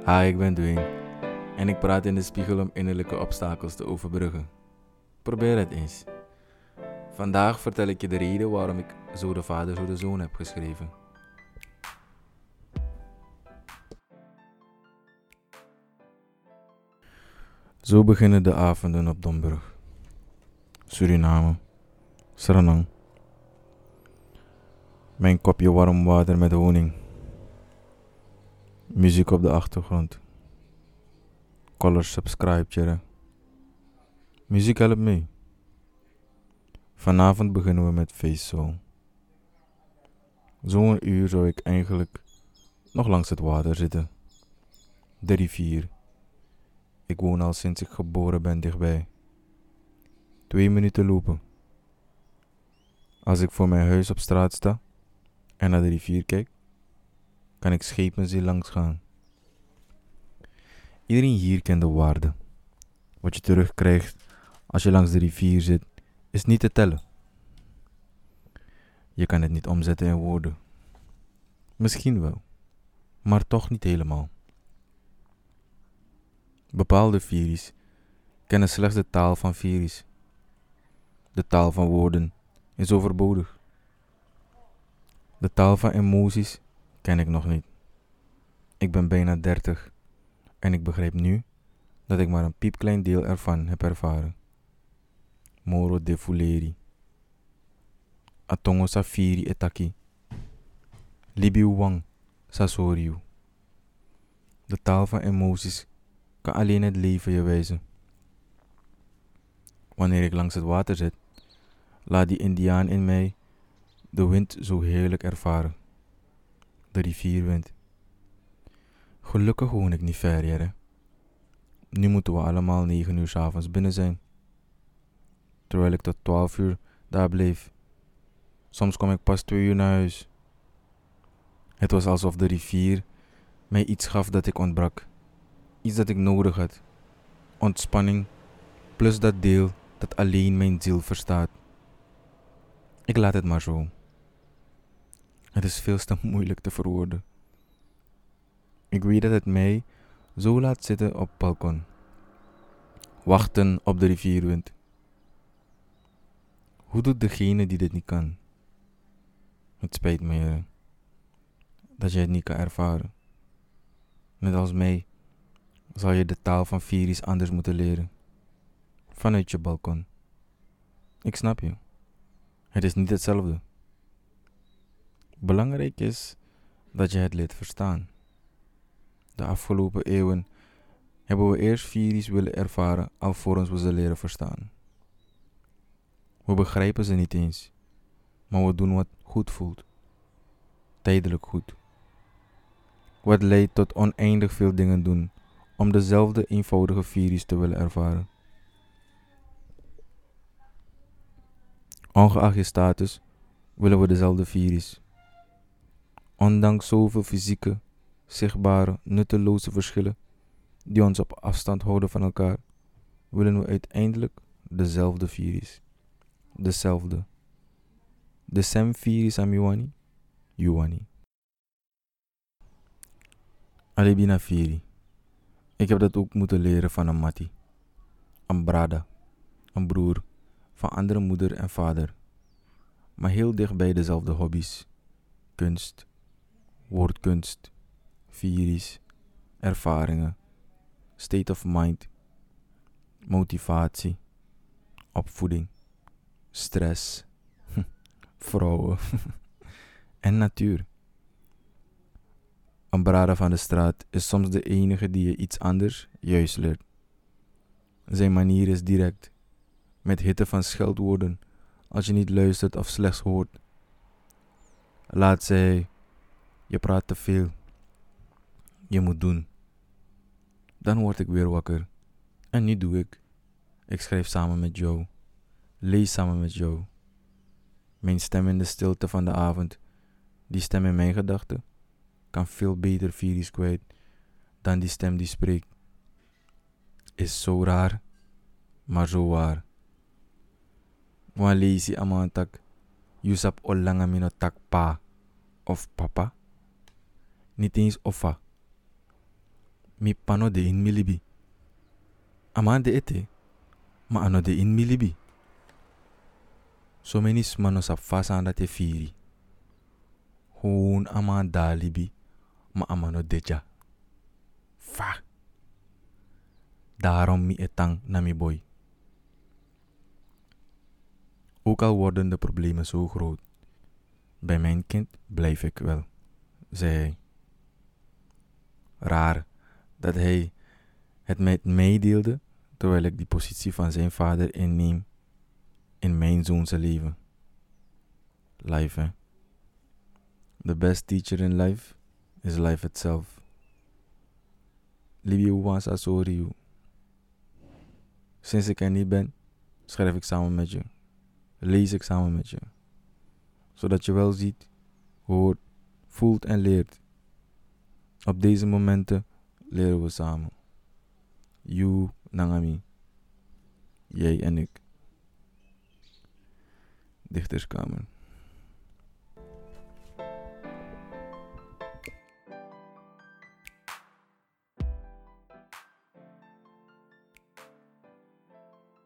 Hi, ik ben Dwayne en ik praat in de spiegel om innerlijke obstakels te overbruggen. Probeer het eens. Vandaag vertel ik je de reden waarom ik Zo de Vader, Zo de Zoon heb geschreven. Zo beginnen de avonden op Domburg, Suriname, Suriname. Mijn kopje warm water met honing. Muziek op de achtergrond. Color subscribe, tjera. Muziek helpt mee. Vanavond beginnen we met Face Soul. Zo'n uur zou ik eigenlijk nog langs het water zitten. De rivier. Ik woon al sinds ik geboren ben dichtbij. 2 minuten lopen. Als ik voor mijn huis op straat sta en naar de rivier kijk, kan ik schepen zien langs gaan. Iedereen hier kent de waarde. Wat je terugkrijgt als je langs de rivier zit, is niet te tellen. Je kan het niet omzetten in woorden. Misschien wel, maar toch niet helemaal. Bepaalde Firis kennen slechts de taal van Firis. De taal van woorden is overbodig. De taal van emoties ken ik nog niet. Ik ben bijna 30 en ik begrijp nu dat ik maar een piepklein deel ervan heb ervaren. Moro de Fuleri. Atongo Safiri Etaki. Libiu Wang Sasoriu. De taal van emoties kan alleen het leven je wijzen. Wanneer ik langs het water zit, laat die Indiaan in mij de wind zo heerlijk ervaren. De rivierwind. Gelukkig woon ik niet ver, Jere. Nu moeten we allemaal 9 uur 's avonds binnen zijn. Terwijl ik tot 12 uur daar bleef. Soms kom ik pas 2 uur naar huis. Het was alsof de rivier mij iets gaf dat ik ontbrak. Iets dat ik nodig had. Ontspanning plus dat deel dat alleen mijn ziel verstaat. Ik laat het maar zo. Het is veel te moeilijk te verwoorden. Ik weet dat het mij zo laat zitten op het balkon. Wachten op de rivierwind. Hoe doet degene die dit niet kan? Het spijt me, Heer, dat je het niet kan ervaren. Net als mij zal je de taal van Firis anders moeten leren. Vanuit je balkon. Ik snap je. Het is niet hetzelfde. Belangrijk is dat je het leert verstaan. De afgelopen eeuwen hebben we eerst Firis willen ervaren alvorens we ze leren verstaan. We begrijpen ze niet eens, maar we doen wat goed voelt. Tijdelijk goed. Wat leidt tot oneindig veel dingen doen om dezelfde eenvoudige Firis te willen ervaren. Ongeacht je status willen we dezelfde Firis. Ondanks zoveel fysieke, zichtbare, nutteloze verschillen die ons op afstand houden van elkaar, willen we uiteindelijk dezelfde Firis. Dezelfde. De Sem Firis Amiwani, Yuwani. Alibina Firi. Ik heb dat ook moeten leren van een Mati. Een brada. Een broer. Van andere moeder en vader. Maar heel dichtbij dezelfde hobby's. Kunst. Woordkunst. Firis. Ervaringen. State of mind. Motivatie. Opvoeding. Stress. Vrouwen. En natuur. Een brada van de straat is soms de enige die je iets anders juist leert. Zijn manier is direct, met hitte van scheldwoorden als je niet luistert of slechts hoort. Laat zij, je praat te veel. Je moet doen. Dan word ik weer wakker. En nu doe ik. Ik schrijf samen met jou. Lees samen met jou. Mijn stem in de stilte van de avond, die stem in mijn gedachten, kan veel beter Firis kwijt dan die stem die spreekt. Is zo raar, maar zo waar. Wan leesi amantak, Yusap olanga minotak pa of papa. Niet eens offa. Mi pano de in milibi. Aman de ete. Ma ano de in milibi. So many smano sap fasa anda te firi. Hoon aman dalibi. Ma amano deja. Fa. Daarom mi etang na mi boy. Ook al worden de problemen zo groot. Bij mijn kind blijf ik wel, zei hij. Raar dat hij het met mij deelde, terwijl ik die positie van zijn vader inneem in mijn zoonse leven. Life, hè. The best teacher in life is life itself. Libi Uwansa Soriu. Sinds ik er niet ben, schrijf ik samen met je. Lees ik samen met je. Zodat je wel ziet, hoort, voelt en leert. Op deze momenten leren we samen. You, Nangami. Jij en ik. Dichterskamer.